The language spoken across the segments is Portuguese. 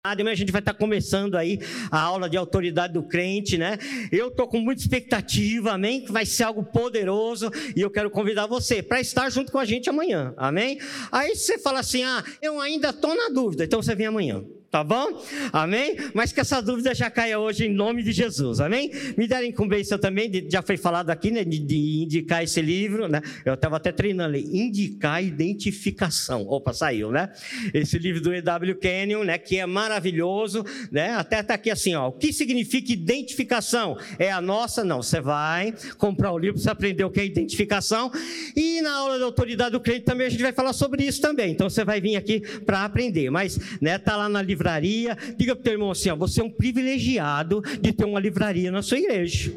A gente vai estar começando aí a aula de autoridade do crente, né? Eu estou com muita expectativa, amém? Que vai ser algo poderoso e eu quero convidar você para estar junto com a gente amanhã, amém? Aí você fala assim, eu ainda estou na dúvida, então você vem amanhã. Tá bom? Amém? Mas que essa dúvida já caia hoje em nome de Jesus, amém? Me deram incumbência também, já foi falado aqui, né? De indicar esse livro, né? Eu estava até treinando ali, indicar identificação. Opa, saiu, né? Esse livro do E.W. Kenyon, né? Que é maravilhoso, né? Até está aqui assim, ó. O que significa identificação? É a nossa? Não. Você vai comprar o livro para você aprender o que é identificação. E na aula da autoridade do crente também a gente vai falar sobre isso também. Então você vai vir aqui para aprender. Mas, né? Tá lá na livraria. Diga para o teu irmão assim, você é um privilegiado de ter uma livraria na sua igreja.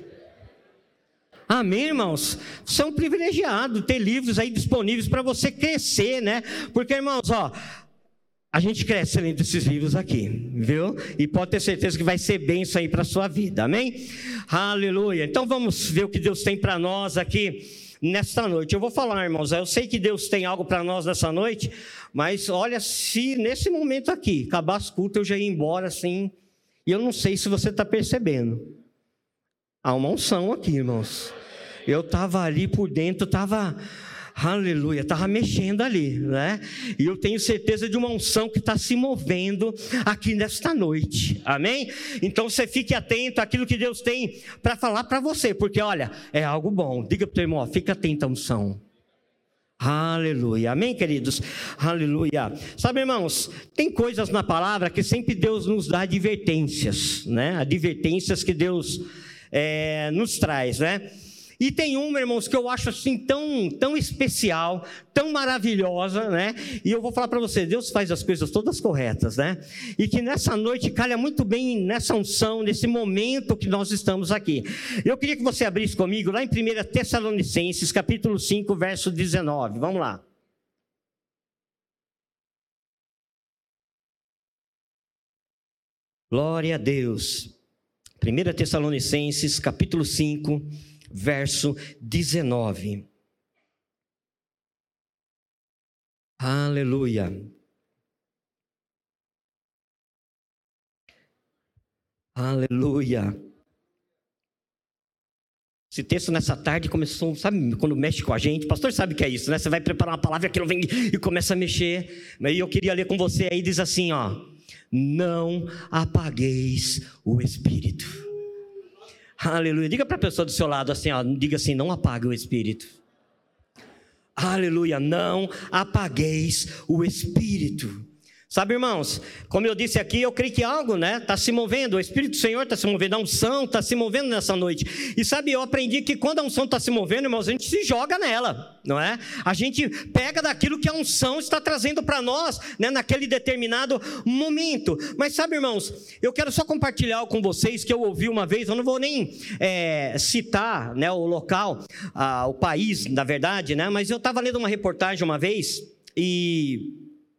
Amém, irmãos? Você é um privilegiado de ter livros aí disponíveis para você crescer, né? Porque, irmãos, a gente cresce lendo esses livros aqui, viu? E pode ter certeza que vai ser bênção aí para a sua vida, amém? Aleluia. Então vamos ver o que Deus tem para nós aqui nesta noite. Eu vou falar, irmãos, eu sei que Deus tem algo para nós nessa noite, mas olha, se nesse momento aqui, acabar as cultas, eu já ia embora assim, e eu não sei se você está percebendo. Há uma unção aqui, irmãos. Eu estava ali por dentro, aleluia, estava mexendo ali, né? E eu tenho certeza de uma unção que está se movendo aqui nesta noite, amém? Então você fique atento àquilo que Deus tem para falar para você, porque olha, é algo bom. Diga para o teu irmão, fica atento à unção. Aleluia, amém, queridos? Aleluia. Sabe, irmãos, tem coisas na palavra que sempre Deus nos dá advertências, né? Advertências que Deus nos traz, né? E tem uma, irmãos, que eu acho assim tão especial, tão maravilhosa, né? E eu vou falar para você, Deus faz as coisas todas corretas, né? E que nessa noite calha muito bem nessa unção, nesse momento que nós estamos aqui. Eu queria que você abrisse comigo lá em 1 Tessalonicenses, capítulo 5, verso 19. Vamos lá. Glória a Deus. 1 Tessalonicenses, capítulo 5, verso 19. Aleluia. Aleluia. Esse texto nessa tarde começou, sabe, quando mexe com a gente, o pastor sabe o que é isso, né? Você vai preparar uma palavra e aquilo vem e começa a mexer. E eu queria ler com você aí, diz assim, não apagueis o Espírito. Aleluia. Diga para a pessoa do seu lado assim, diga assim, não apague o Espírito. Aleluia, não apagueis o Espírito. Sabe, irmãos, como eu disse aqui, eu creio que algo, né, está se movendo, o Espírito do Senhor está se movendo, a unção está se movendo nessa noite. E sabe, eu aprendi que quando a unção está se movendo, irmãos, a gente se joga nela, não é? A gente pega daquilo que a unção está trazendo para nós, né, naquele determinado momento. Mas sabe, irmãos, eu quero só compartilhar com vocês que eu ouvi uma vez, eu não vou nem citar, né, o local, o país, na verdade, né, mas eu estava lendo uma reportagem uma vez e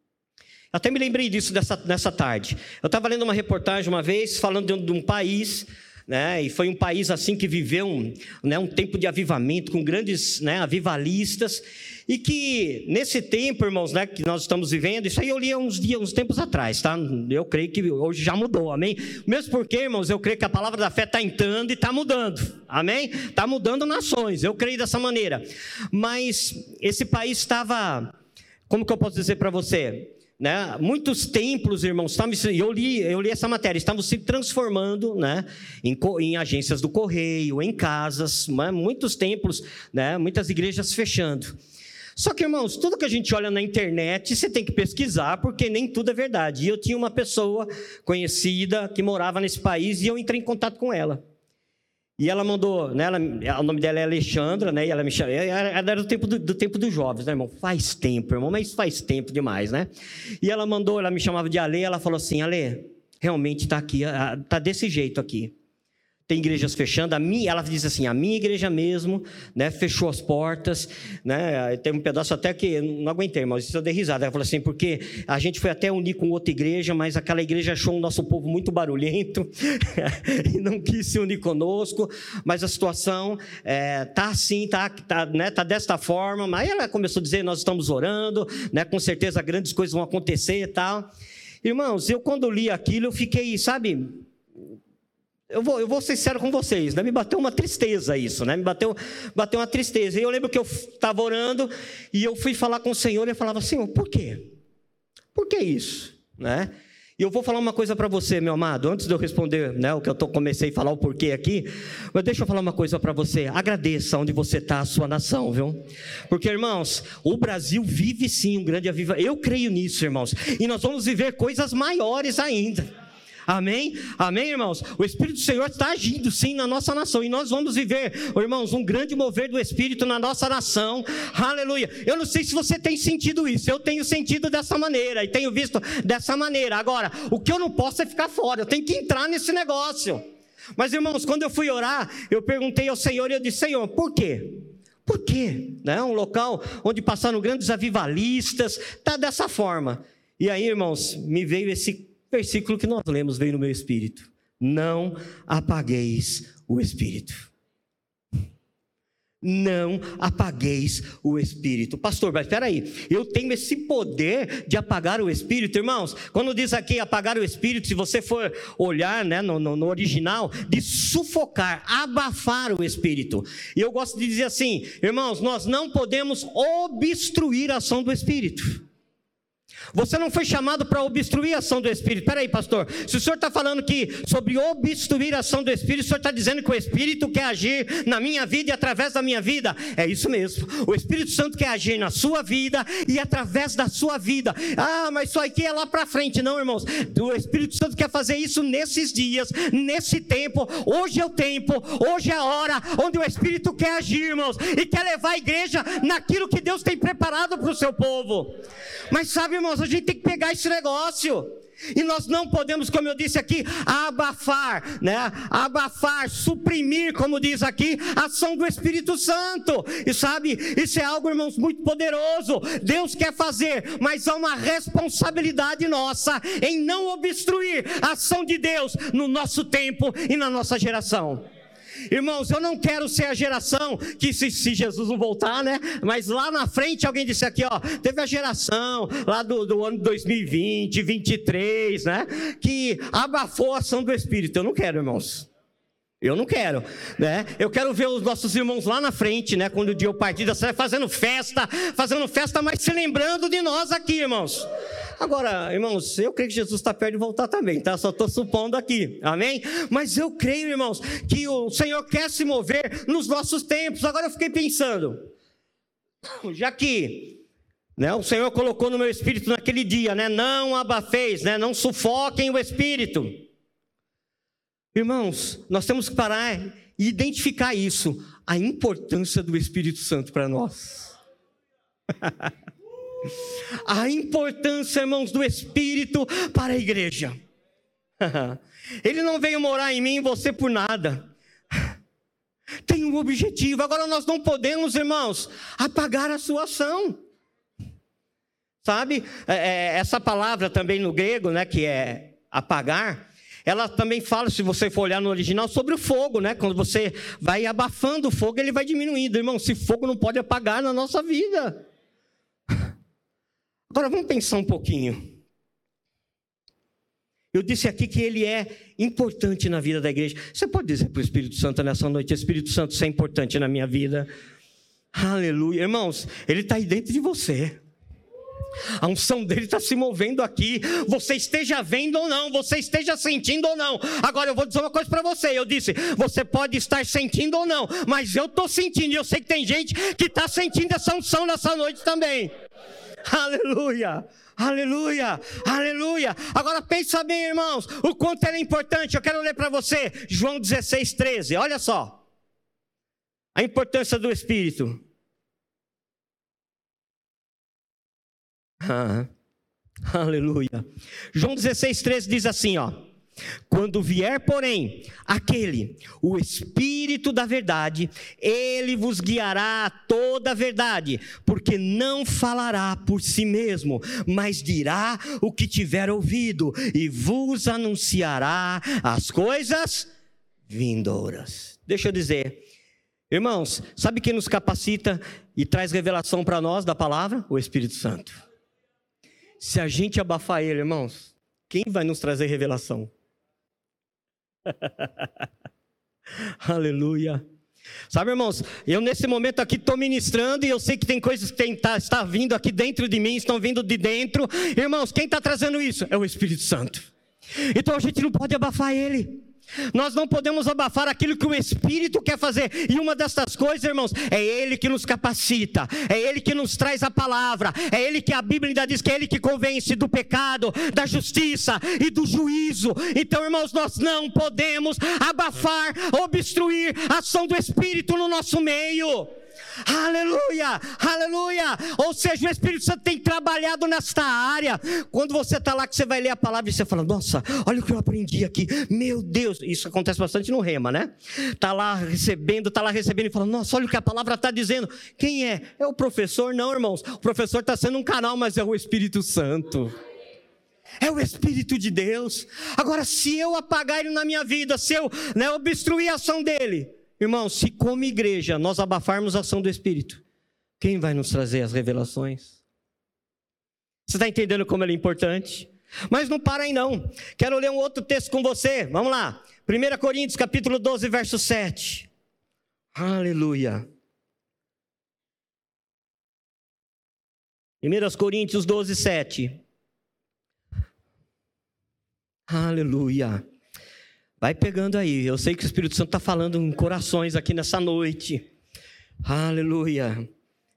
até me lembrei disso nessa tarde. Eu estava lendo uma reportagem uma vez, falando de um país, né, e foi um país assim que viveu um tempo de avivamento, com grandes, né, avivalistas, e que nesse tempo, irmãos, né, que nós estamos vivendo, isso aí eu li há uns tempos atrás, tá? Eu creio que hoje já mudou, amém? Mesmo porque, irmãos, eu creio que a palavra da fé está entrando e está mudando, amém? Está mudando nações, eu creio dessa maneira. Mas esse país estava, como que eu posso dizer para você? Né? Muitos templos, irmãos, eu li essa matéria, estavam se transformando, né, em agências do correio, em casas, né? Muitos templos, né? Muitas igrejas fechando. Só que, irmãos, tudo que a gente olha na internet, você tem que pesquisar, porque nem tudo é verdade. E eu tinha uma pessoa conhecida que morava nesse país e eu entrei em contato com ela. E ela mandou, né, o nome dela é Alexandra, né, e ela me chamou, ela era do tempo dos jovens, né, irmão? Faz tempo, irmão, mas faz tempo demais, né? E ela me chamava de Ale, ela falou assim, Ale, realmente está aqui, está desse jeito aqui. Tem igrejas fechando, ela diz assim, a minha igreja mesmo, né, fechou as portas, né, tem um pedaço até que eu não aguentei, mas isso eu dei risada. Ela falou assim, porque a gente foi até unir com outra igreja, mas aquela igreja achou o nosso povo muito barulhento e não quis se unir conosco, mas a situação tá assim, né, tá desta forma. Mas ela começou a dizer, nós estamos orando, né, com certeza grandes coisas vão acontecer e tal. Irmãos, eu quando li aquilo, eu fiquei, sabe, eu vou ser sincero com vocês, né? Me bateu uma tristeza isso, né? Me bateu uma tristeza. E eu lembro que eu estava orando e eu fui falar com o Senhor e eu falava, Senhor, por quê? Por que isso? Né? E eu vou falar uma coisa para você, meu amado, antes de eu responder, né, o que eu comecei a falar o porquê aqui, mas deixa eu falar uma coisa para você, agradeça onde você está, a sua nação, viu? Porque, irmãos, o Brasil vive sim um grande avivamento, eu creio nisso, irmãos, e nós vamos viver coisas maiores ainda. Amém? Amém, irmãos? O Espírito do Senhor está agindo sim na nossa nação, e nós vamos viver, irmãos, um grande mover do Espírito na nossa nação, aleluia. Eu não sei se você tem sentido isso, eu tenho sentido dessa maneira, e tenho visto dessa maneira. Agora, o que eu não posso é ficar fora, eu tenho que entrar nesse negócio. Mas, irmãos, quando eu fui orar, eu perguntei ao Senhor, e eu disse, Senhor, por quê? Por quê? Né? Um local onde passaram grandes avivalistas, está dessa forma. E aí, irmãos, me veio esse versículo que nós lemos, veio no meu espírito: não apagueis o espírito. Não apagueis o espírito. Pastor, mas espera aí, eu tenho esse poder de apagar o espírito, irmãos? Quando diz aqui apagar o espírito, se você for olhar, né, no original, de sufocar, abafar o espírito. E eu gosto de dizer assim, irmãos, nós não podemos obstruir a ação do espírito. Você não foi chamado para obstruir a ação do Espírito. Espera aí, pastor, se o senhor está falando que sobre obstruir a ação do Espírito, o senhor está dizendo que o Espírito quer agir na minha vida e através da minha vida? É isso mesmo, o Espírito Santo quer agir na sua vida e através da sua vida. Ah, mas isso aqui é lá para frente. Não, irmãos, o Espírito Santo quer fazer isso nesses dias, nesse tempo. Hoje é o tempo, hoje é a hora onde o Espírito quer agir, irmãos, e quer levar a igreja naquilo que Deus tem preparado para o seu povo. Mas sabe, irmãos, a gente tem que pegar esse negócio, e nós não podemos, como eu disse aqui, abafar, né? Abafar, suprimir, como diz aqui, a ação do Espírito Santo. E sabe, isso é algo, irmãos, muito poderoso. Deus quer fazer, mas há uma responsabilidade nossa em não obstruir a ação de Deus no nosso tempo e na nossa geração. Irmãos, eu não quero ser a geração que, se Jesus não voltar, né? Mas lá na frente alguém disse aqui, ó, teve a geração lá do ano 2020, 23, né? Que abafou a ação do Espírito. Eu não quero, irmãos. Eu não quero, né? Eu quero ver os nossos irmãos lá na frente, né? Quando o dia eu partir da cidade, fazendo festa, mas se lembrando de nós aqui, irmãos. Agora, irmãos, eu creio que Jesus está perto de voltar também, tá? Só estou supondo aqui, amém? Mas eu creio, irmãos, que o Senhor quer se mover nos nossos tempos. Agora eu fiquei pensando, já que, né, o Senhor colocou no meu espírito naquele dia, né? Não abafeis, né? Não sufoquem o espírito. Irmãos, nós temos que parar e identificar isso, a importância do Espírito Santo para nós. A importância, irmãos, do Espírito para a igreja. Ele não veio morar em mim e em você por nada. Tem um objetivo. Agora nós não podemos, irmãos, apagar a sua ação. Sabe, essa palavra também no grego, né, que é apagar, ela também fala, se você for olhar no original, sobre o fogo, né? Quando você vai abafando o fogo, ele vai diminuindo. Irmão, esse fogo não pode apagar na nossa vida. Agora vamos pensar um pouquinho. Eu disse aqui que ele é importante na vida da igreja. Você pode dizer para o Espírito Santo nessa noite: Espírito Santo, você é importante na minha vida. Aleluia. Irmãos, ele está aí dentro de você. A unção dele está se movendo aqui. Você esteja vendo ou não, você esteja sentindo ou não. Agora eu vou dizer uma coisa para você. Eu disse, você pode estar sentindo ou não, mas eu estou sentindo. E eu sei que tem gente que está sentindo essa unção nessa noite também. Aleluia, aleluia, aleluia. Agora pensa bem, irmãos, o quanto ela é importante. Eu quero ler para você João 16:13. Olha só a importância do Espírito. Aleluia. João 16:13 diz assim, ó: quando vier, porém, aquele, o Espírito da verdade, ele vos guiará a toda a verdade, porque não falará por si mesmo, mas dirá o que tiver ouvido, e vos anunciará as coisas vindouras. Deixa eu dizer, irmãos, sabe quem nos capacita e traz revelação para nós da palavra? O Espírito Santo. Se a gente abafar ele, irmãos, quem vai nos trazer revelação? Aleluia. Sabe, irmãos, eu nesse momento aqui estou ministrando e eu sei que tem coisas que está vindo aqui dentro de mim, estão vindo de dentro. Irmãos, quem está trazendo isso? É o Espírito Santo. Então a gente não pode abafar ele. Nós não podemos abafar aquilo que o Espírito quer fazer. E uma dessas coisas, irmãos, é Ele que nos capacita, é Ele que nos traz a palavra, é Ele que a Bíblia ainda diz que é Ele que convence do pecado, da justiça e do juízo. Então, irmãos, nós não podemos abafar, obstruir a ação do Espírito no nosso meio. Aleluia, aleluia. Ou seja, o Espírito Santo tem trabalhado nesta área. Quando você está lá, que você vai ler a palavra e você fala, nossa, olha o que eu aprendi aqui, meu Deus. Isso acontece bastante no Rema, né? Está lá recebendo e fala, nossa, olha o que a palavra está dizendo. Quem é? É o professor? Não, irmãos, o professor está sendo um canal, mas é o Espírito Santo. É o Espírito de Deus. Agora, se eu apagar ele na minha vida, se eu obstruir a ação dele, irmãos, se como igreja nós abafarmos a ação do Espírito, quem vai nos trazer as revelações? Você está entendendo como ele é importante? Mas não para aí não. Quero ler um outro texto com você. Vamos lá. 1 Coríntios capítulo 12, verso 7. Aleluia. 1 Coríntios 12, 7. Aleluia. Vai pegando aí, eu sei que o Espírito Santo está falando em corações aqui nessa noite. Aleluia.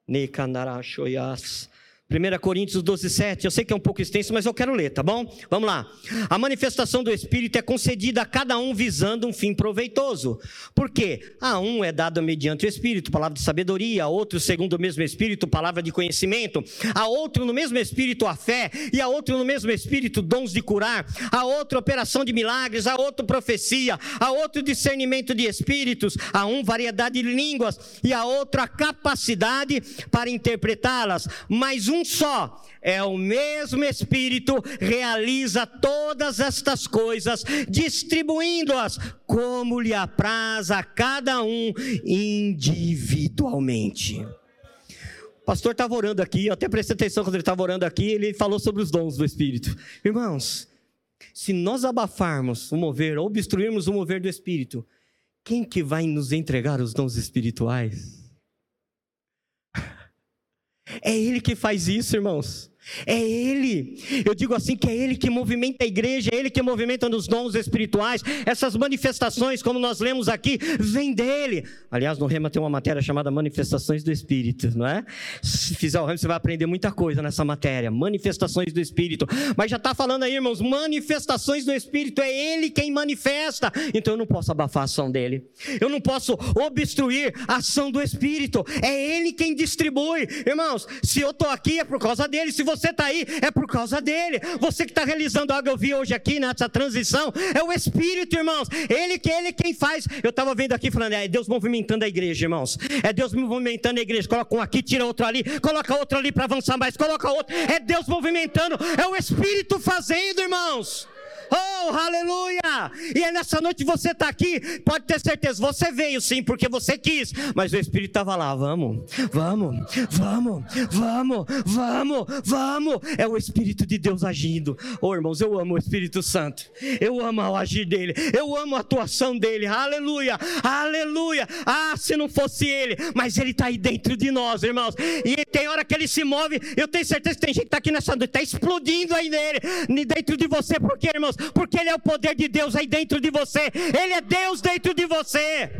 1 Coríntios 12, 7, eu sei que é um pouco extenso, mas eu quero ler, tá bom? Vamos lá. A manifestação do Espírito é concedida a cada um visando um fim proveitoso. Por quê? A um é dada mediante o Espírito, palavra de sabedoria, a outro segundo o mesmo Espírito, palavra de conhecimento, a outro no mesmo Espírito a fé, e a outro no mesmo Espírito dons de curar, a outro operação de milagres, a outro profecia, a outro discernimento de espíritos, a um variedade de línguas, e a outro a capacidade para interpretá-las, mas um só, é o mesmo Espírito, realiza todas estas coisas, distribuindo-as como lhe apraz a cada um individualmente. O pastor estava orando aqui, eu até prestei atenção quando ele estava orando aqui, ele falou sobre os dons do Espírito. Irmãos, se nós abafarmos o mover, ou obstruirmos o mover do Espírito, quem que vai nos entregar os dons espirituais? É Ele que faz isso, irmãos. É Ele. Eu digo assim que é Ele que movimenta a igreja, é Ele que movimenta nos dons espirituais. Essas manifestações, como nós lemos aqui, vêm dEle. Aliás, no Rema tem uma matéria chamada Manifestações do Espírito, não é? Se fizer o Rema, você vai aprender muita coisa nessa matéria. Manifestações do Espírito. Mas já está falando aí, irmãos, manifestações do Espírito. É Ele quem manifesta. Então eu não posso abafar a ação dEle. Eu não posso obstruir a ação do Espírito. É Ele quem distribui. Irmãos, se eu estou aqui é por causa dEle. Se você está aí, é por causa dele. Você que está realizando algo, eu vi hoje aqui nessa transição, é o Espírito, irmãos. Ele quem faz. Eu estava vendo aqui falando, é Deus movimentando a igreja, irmãos. É Deus movimentando a igreja. Coloca um aqui, tira outro ali, coloca outro ali para avançar mais, coloca outro. É Deus movimentando, é o Espírito fazendo, irmãos. Oh, aleluia! E é nessa noite você está aqui, pode ter certeza, você veio sim, porque você quis, mas o Espírito estava lá, vamos, é o Espírito de Deus agindo. Oh, irmãos, eu amo o Espírito Santo, eu amo o agir dele, eu amo a atuação dele, aleluia, aleluia. Ah, se não fosse ele, mas ele está aí dentro de nós, irmãos, e tem hora que ele se move, eu tenho certeza que tem gente que está aqui nessa noite, está explodindo aí nele, dentro de você, porque, irmãos, porque ele é o poder de Deus aí dentro de você, ele é Deus dentro de você.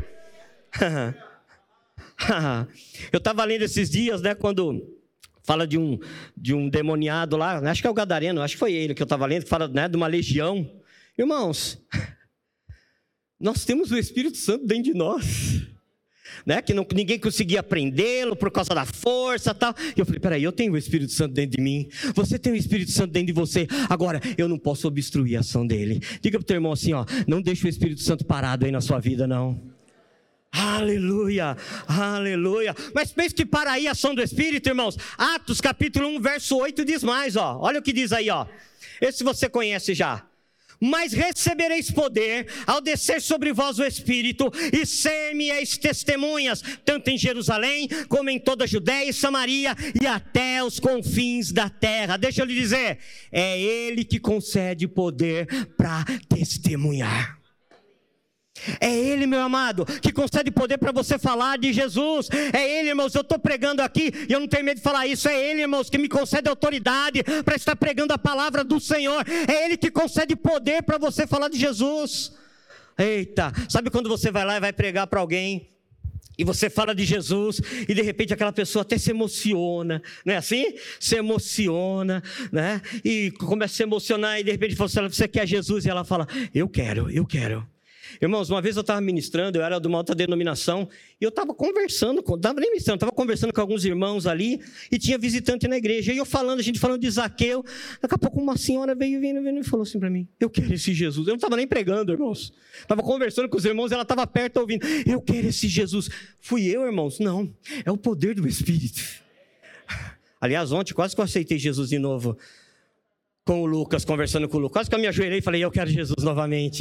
Eu estava lendo esses dias, né, quando fala de um demoniado lá, acho que é o Gadareno, acho que foi ele que eu estava lendo, que fala, né, de uma legião. Irmãos, nós temos o Espírito Santo dentro de nós, né? Que ninguém conseguia prendê-lo por causa da força e tal. E eu falei, peraí, eu tenho o Espírito Santo dentro de mim, você tem o Espírito Santo dentro de você, agora eu não posso obstruir a ação dele. Diga para o teu irmão assim, ó, não deixe o Espírito Santo parado aí na sua vida, não. Aleluia, aleluia. Mas pense que para aí a ação do Espírito, irmãos, Atos capítulo 1 verso 8 diz mais, ó. Olha o que diz aí, ó. Esse você conhece já. Mas recebereis poder ao descer sobre vós o Espírito, e ser-me-eis testemunhas, tanto em Jerusalém, como em toda a Judéia e Samaria, e até os confins da terra. Deixa eu lhe dizer, é Ele que concede poder para testemunhar. É Ele, meu amado, que concede poder para você falar de Jesus. É Ele, irmãos, eu estou pregando aqui e eu não tenho medo de falar isso. É Ele, irmãos, que me concede autoridade para estar pregando a palavra do Senhor. É Ele que concede poder para você falar de Jesus. Eita, sabe quando você vai lá e vai pregar para alguém e você fala de Jesus e de repente aquela pessoa até se emociona, não é assim? Se emociona, né? E começa a se emocionar e de repente você quer Jesus? E ela fala, eu quero. Irmãos, uma vez eu estava ministrando, eu era de uma outra denominação, e eu estava conversando, estava conversando com alguns irmãos ali, e tinha visitante na igreja, e eu falando, a gente falando de Zaqueu, daqui a pouco uma senhora veio e falou assim para mim, eu quero esse Jesus. Eu não estava nem pregando, irmãos, estava conversando com os irmãos, ela estava perto ouvindo, eu quero esse Jesus. Fui eu, irmãos? Não, é o poder do Espírito. Aliás, ontem quase que eu aceitei Jesus de novo, com o Lucas, conversando com o Lucas, quase que eu me ajoelhei e falei, eu quero Jesus novamente.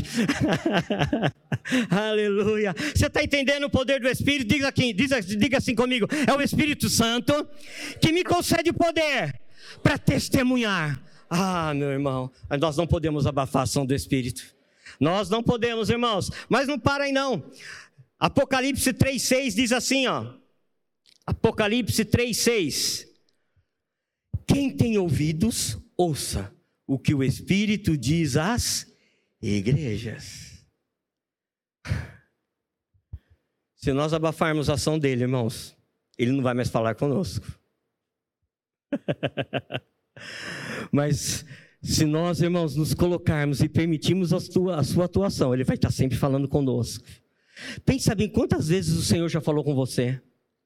Aleluia. Você está entendendo o poder do Espírito? Diga assim comigo, é o Espírito Santo que me concede poder para testemunhar. Ah, meu irmão, nós não podemos abafar a ação do Espírito. Nós não podemos, irmãos, mas não para aí não. Apocalipse 3,6 diz assim, ó. Apocalipse 3,6. Quem tem ouvidos, ouça o que o Espírito diz às igrejas. Se nós abafarmos a ação dele, irmãos, ele não vai mais falar conosco. Mas se nós, irmãos, nos colocarmos e permitirmos a sua atuação, ele vai estar sempre falando conosco. Pensa bem, quantas vezes o Senhor já falou com você?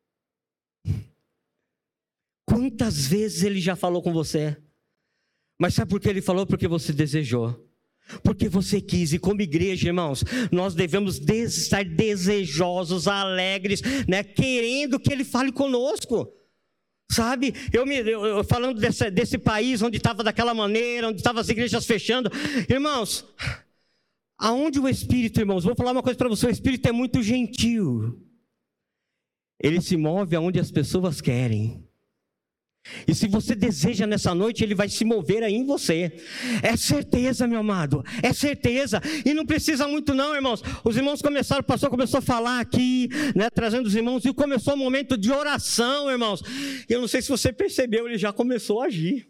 Quantas vezes ele já falou com você? Mas sabe por que ele falou? Porque você desejou. Porque você quis. E como igreja, irmãos, nós devemos estar desejosos, alegres, né? Querendo que ele fale conosco. Sabe? Eu falando desse país onde estava daquela maneira, onde estavam as igrejas fechando. Irmãos, aonde o Espírito, irmãos, vou falar uma coisa para você, o Espírito é muito gentil. Ele se move aonde as pessoas querem. E se você deseja nessa noite, ele vai se mover aí em você. É certeza, meu amado, é certeza. E não precisa muito não, irmãos. Os irmãos começaram, o pastor começou a falar aqui, né, trazendo os irmãos, e começou o momento de oração, irmãos. Eu não sei se você percebeu, ele já começou a agir.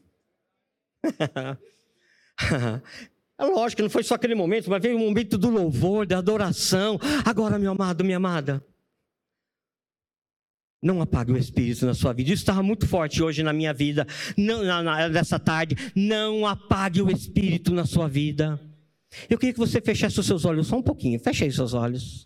É lógico que não foi só aquele momento, mas veio o momento do louvor, da adoração. Agora, meu amado, minha amada, não apague o Espírito na sua vida. Isso estava muito forte hoje na minha vida, nessa tarde. Não apague o Espírito na sua vida. Eu queria que você fechasse os seus olhos só um pouquinho. Feche aí os seus olhos.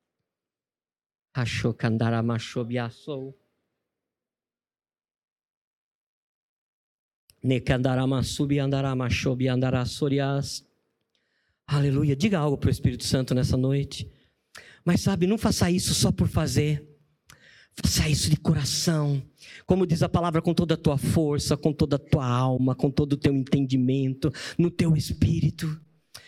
Aleluia. Diga algo para o Espírito Santo nessa noite. Mas sabe, não faça isso só por fazer. Faça isso de coração, como diz a palavra, com toda a tua força, com toda a tua alma, com todo o teu entendimento, no teu espírito.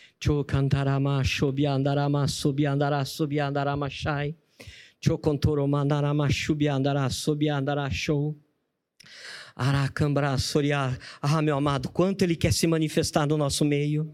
Ah, meu amado, quanto ele quer se manifestar no nosso meio.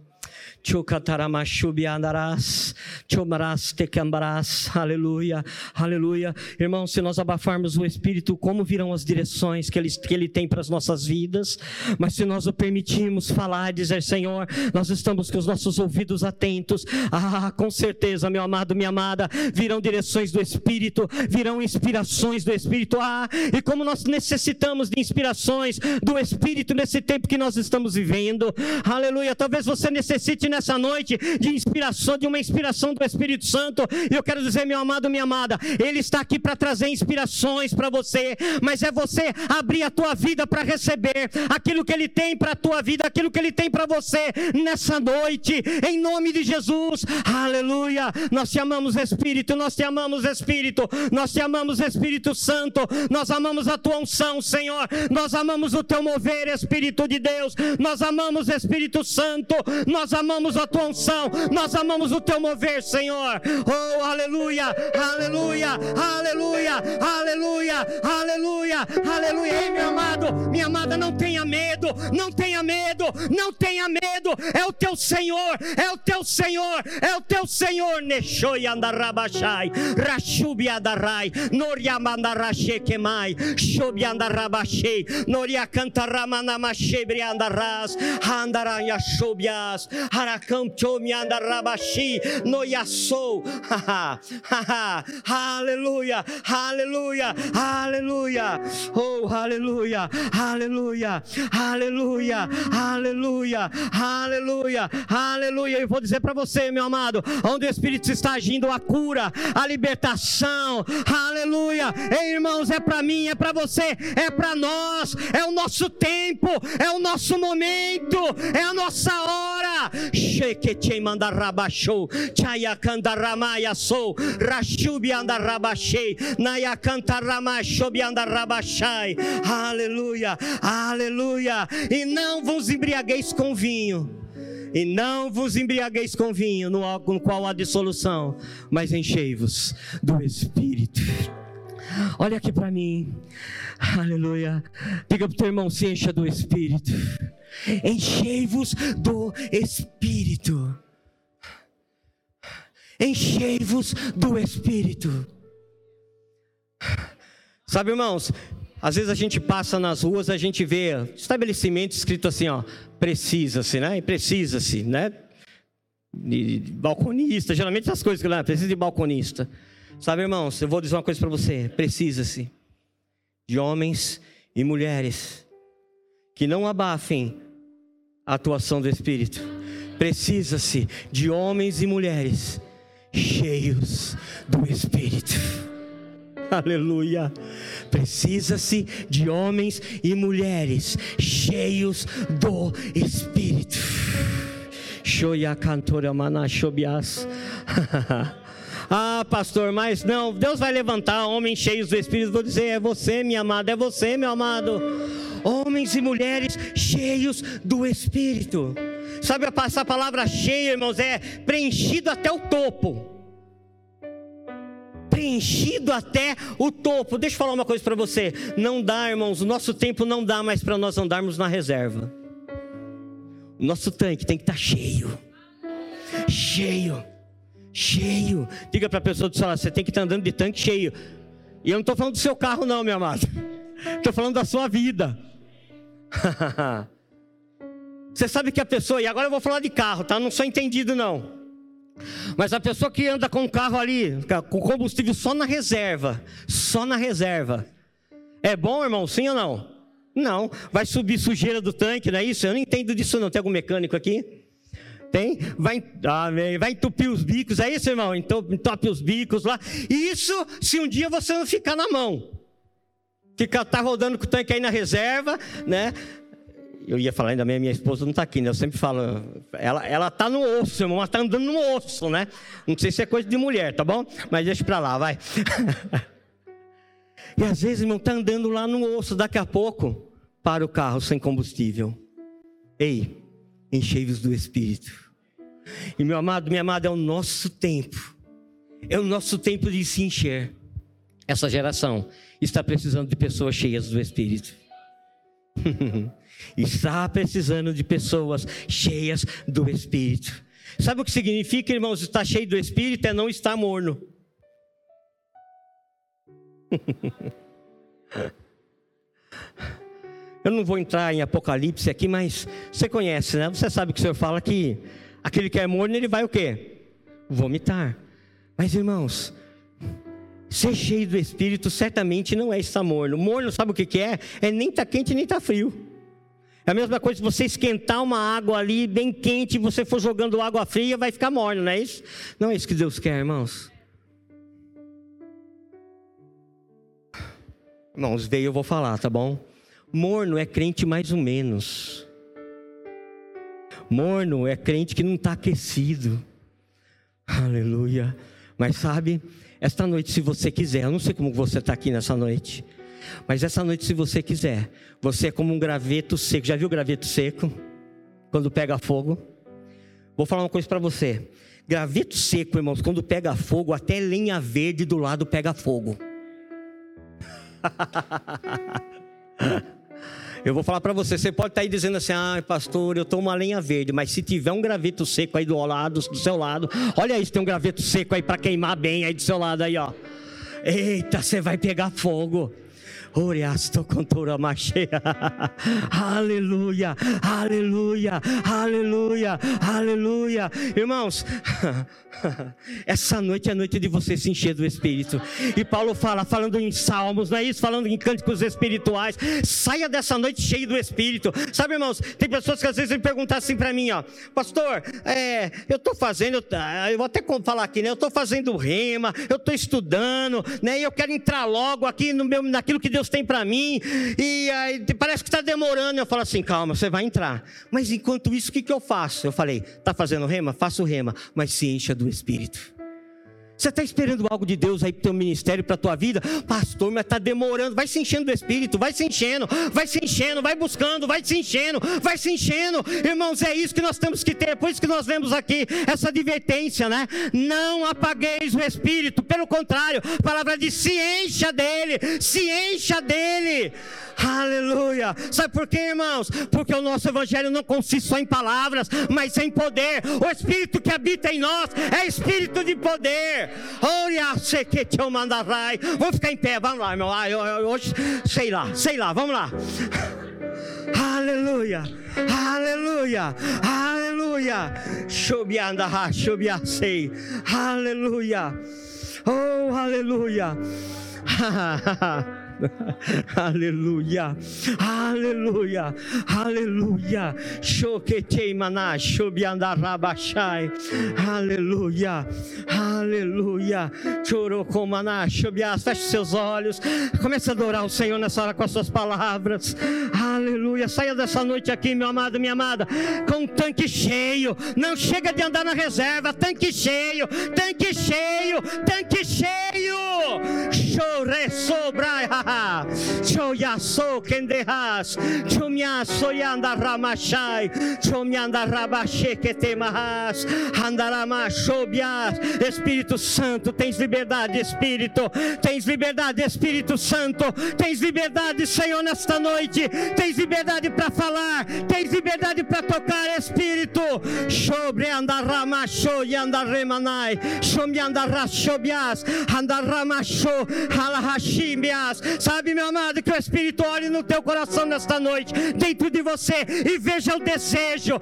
Aleluia, aleluia. Irmãos, se nós abafarmos o Espírito, como virão as direções que ele tem para as nossas vidas? Mas se nós o permitirmos falar e dizer, Senhor, nós estamos com os nossos ouvidos atentos. Ah, com certeza, meu amado, minha amada, virão direções do Espírito, virão inspirações do Espírito. Ah, e como nós necessitamos de inspirações do Espírito nesse tempo que nós estamos vivendo. Aleluia, talvez você necessite nessa noite de inspiração, de uma inspiração do Espírito Santo. E eu quero dizer, meu amado, minha amada, ele está aqui para trazer inspirações para você, mas é você abrir a tua vida para receber aquilo que ele tem para a tua vida, aquilo que ele tem para você nessa noite, em nome de Jesus. Aleluia. Nós te amamos, Espírito, nós te amamos, Espírito, nós te amamos, Espírito Santo, nós amamos a tua unção, Senhor, nós amamos o teu mover, Espírito de Deus, nós amamos, Espírito Santo, nós amamos a tua unção, nós amamos o teu mover, Senhor. Oh, aleluia, aleluia, aleluia, aleluia, aleluia, aleluia. Ei, meu amado, minha amada, não tenha medo, não tenha medo, não tenha medo. É o teu Senhor, é o teu Senhor, é o teu Senhor. Neshoi andarabashai, rashubi andarai, noriamandarashe kemai, shobi andarabashei, noriacantaramanamashe briandaras, andaranya shobias, harakam chomi andarabashi, noiassou. Aleluia, aleluia, aleluia. Oh, aleluia, aleluia, aleluia, aleluia, aleluia, aleluia. Eu vou dizer para você, meu amado, onde o Espírito está agindo, a cura, a libertação, aleluia. Ei, irmãos, é para mim, é para você, é para nós, é o nosso tempo, é o nosso momento, é a nossa hora. Shekete mandarabashou, chayakandaramaya sou, rashubi andarabashei, nayakantaramashou andarabashai. Aleluia, aleluia. E não vos embriagueis com vinho. E não vos embriagueis com vinho, no qual há dissolução, mas enchei-vos do Espírito. Olha aqui para mim, aleluia. Diga para o teu irmão, se encha do Espírito. Enchei-vos do Espírito. Enchei-vos do Espírito. Sabe, irmãos, às vezes a gente passa nas ruas, a gente vê estabelecimento escrito assim, ó, precisa-se, né? Precisa-se, né? De balconista, geralmente essas coisas que lá, precisa de balconista. Sabe, irmãos, eu vou dizer uma coisa para você, precisa-se de homens e mulheres que não abafem a atuação do Espírito. Precisa-se de homens e mulheres cheios do Espírito. Aleluia. Precisa-se de homens e mulheres cheios do Espírito. Shoya cantora manashobias. Ah, pastor, mas não, Deus vai levantar homens cheios do Espírito. Vou dizer, é você, minha amada, é você, meu amado. Homens e mulheres cheios do Espírito. Sabe, essa palavra cheio, irmãos, é preenchido até o topo. Preenchido até o topo. Deixa eu falar uma coisa para você. Não dá, irmãos, o nosso tempo não dá mais para nós andarmos na reserva. O nosso tanque tem que estar cheio. Cheio. Cheio. Diga para a pessoa do seu lado, você tem que estar andando de tanque cheio. E eu não estou falando do seu carro não, meu amado. Estou falando da sua vida. Você sabe que a pessoa, e agora eu vou falar de carro, tá? Não sou entendido não. Mas a pessoa que anda com o carro ali, com combustível só na reserva, é bom, irmão, sim ou não? Não, vai subir sujeira do tanque, não é isso? Eu não entendo disso não, tem algum mecânico aqui? Tem? Vai entupir os bicos, é isso, irmão? Entope os bicos lá. Isso se um dia você não ficar na mão. Tá rodando com o tanque aí na reserva, né? Eu ia falar, ainda bem, minha esposa não está aqui, né? Eu sempre falo, ela está no osso, irmão, ela está andando no osso, né? Não sei se é coisa de mulher, tá bom? Mas deixa para lá, vai. E às vezes, irmão, está andando lá no osso, daqui a pouco, para o carro sem combustível. Ei, enchei-vos do Espírito. E meu amado, minha amada, é o nosso tempo. É o nosso tempo de se encher. Essa geração está precisando de pessoas cheias do Espírito. Está precisando de pessoas cheias do Espírito. Sabe o que significa, irmãos, estar cheio do Espírito? É não estar morno. Eu não vou entrar em Apocalipse aqui, mas você conhece, né? Você sabe que o Senhor fala que aquele que é morno, ele vai o quê? Vomitar. Mas, irmãos, ser cheio do Espírito certamente não é estar morno. Morno, sabe o que é? É nem estar quente nem estar frio. É a mesma coisa se você esquentar uma água ali bem quente e você for jogando água fria, vai ficar morno, não é isso? Não é isso que Deus quer, irmãos. Irmãos, veio, eu vou falar, tá bom? Morno é crente mais ou menos. Morno é crente que não está aquecido. Aleluia. Mas sabe, esta noite, se você quiser, eu não sei como você está aqui nessa noite, mas essa noite, se você quiser, você é como um graveto seco. Já viu graveto seco? Quando pega fogo? Vou falar uma coisa para você. Graveto seco, irmãos, quando pega fogo, até lenha verde do lado pega fogo. Eu vou falar para você, você pode estar aí dizendo assim, pastor, eu estou uma lenha verde, mas se tiver um graveto seco aí do seu lado, olha isso, tem um graveto seco aí para queimar bem aí do seu lado aí, ó. Eita, você vai pegar fogo. Aleluia, aleluia, aleluia, aleluia. Irmãos, essa noite é a noite de você se encher do Espírito. E Paulo falando em salmos, não é isso? Falando em cânticos espirituais. Saia dessa noite cheio do Espírito. Sabe, irmãos, tem pessoas que às vezes me perguntam assim para mim, ó, pastor, eu estou fazendo, eu vou até falar aqui, né? Eu estou fazendo rema, eu estou estudando, né? E eu quero entrar logo aqui naquilo que Deus tem para mim, e aí parece que está demorando. Eu falo assim, calma, você vai entrar. Mas enquanto isso, o que eu faço? Eu falei, está fazendo rema? Faça o rema, mas se encha do Espírito. Você está esperando algo de Deus aí para o teu ministério, para a tua vida? Pastor, mas está demorando. Vai se enchendo do Espírito, vai se enchendo, vai buscando, vai se enchendo. Irmãos, é isso que nós temos que ter. Por isso que nós vemos aqui essa advertência, né? Não apagueis o Espírito, pelo contrário, a palavra diz, se encha dele. Aleluia. Sabe por quê, irmãos? Porque o nosso evangelho não consiste só em palavras, mas em poder. O Espírito que habita em nós é Espírito de poder. Vamos ficar em pé, vamos lá, irmão. Hoje, sei lá, vamos lá. Aleluia, aleluia, aleluia. Aleluia, oh, aleluia. Aleluia, aleluia, aleluia. Aleluia, aleluia. Feche seus olhos, comece a adorar o Senhor nessa hora com as suas palavras. Aleluia. Saia dessa noite aqui, meu amado, minha amada, com um tanque cheio. Não chega de andar na reserva. Tanque cheio, tanque cheio, tanque cheio. Chore sobrai. Choyaso kendehas, chomyaso yanda ramashai, chomyanda rabashe ketemahas, andarama shobias. Espírito Santo, tens liberdade, Espírito, tens liberdade, Espírito Santo, tens liberdade, Senhor, nesta noite, tens liberdade para falar, tens liberdade para tocar, Espírito. Sobre andarama shoyanda remanai, chomyanda rashobias, andarama show halahashimias. Sabe, meu amado, que o Espírito olhe no teu coração nesta noite, dentro de você, e veja o desejo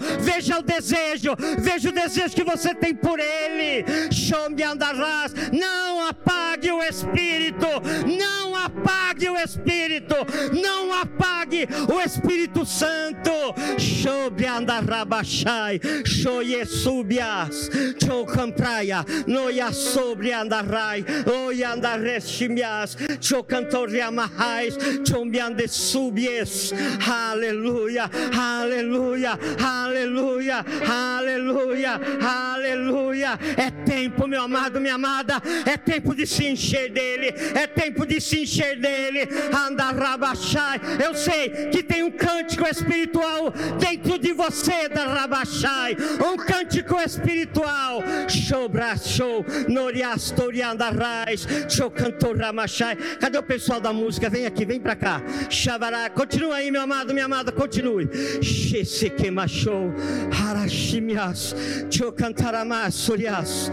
que você tem por Ele. Chome andarás. Não apague o Espírito, não apague o Espírito, não apague o Espírito Santo. Sobre andarabachai, choie subias, chocampraia, noia sobre andarai, oi andarestimias, chocantoria mahais, chombiande subies. Aleluia, aleluia, aleluia, aleluia, aleluia. É tempo, meu amado, minha amada, é tempo de se encher dele, é tempo de se encher dele. Andarabachai. Eu sei que tem um cântico espiritual dentro de você, da Rabachai, um cântico espiritual. Shobrachou, noriastoriandarais, chocantoramachai. Cadê o pessoal da música? Vem aqui, vem pra cá. Shavará, continua aí, meu amado, minha amada, continue. Shesekemachou, harashimias, chocantaramas, sorias,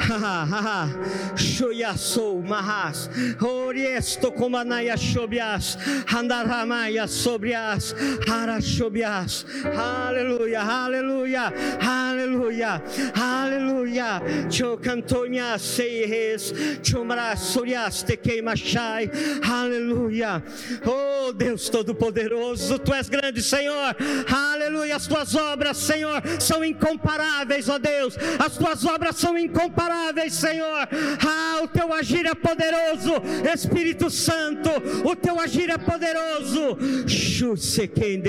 shoyasou, mahas, oriesto comanaya shobias, andaramaya sobrias, harashobias. Aleluia, aleluia, aleluia, aleluia. Chocantonia seihes, chomra sorias te queimachai. Aleluia. Oh Deus Todo-Poderoso, Tu és grande, Senhor. Aleluia. As Tuas obras, Senhor, são incomparáveis, ó Deus. As Tuas obras são incomparáveis, Senhor. O Teu agir é poderoso, Espírito Santo. O Teu agir é poderoso.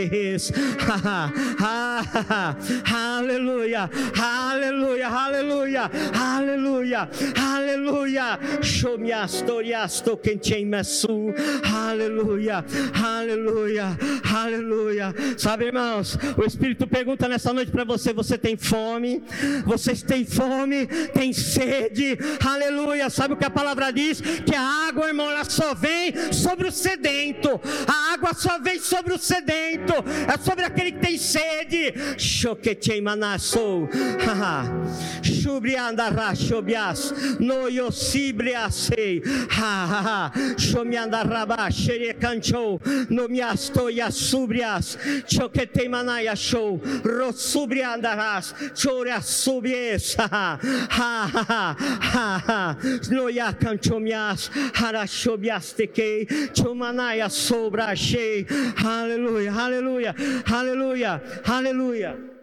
Aleluia, aleluia, aleluia, aleluia, aleluia, aleluia, shomiastoriasto kencheimasu, aleluia, aleluia, aleluia. Sabe, irmãos, o Espírito pergunta nessa noite para você: você tem fome? Vocês têm fome? Tem sede? Aleluia. Sabe o que a palavra diz? Que a água, irmão, ela só vem sobre o sedento. A água só vem sobre o sedento. É sobre aquele que tem sede. Shoketei manassou. Shubriandará shobias. No yosibriasei. Shomiandarabá xerecanchou. No miasto yasubrias. Shoketei manaya show. Rosubriandarás. Choria subies. No yacanchomias. Harashobiasteke. Chomanaya sobra. Aleluia, aleluia, aleluia, aleluia.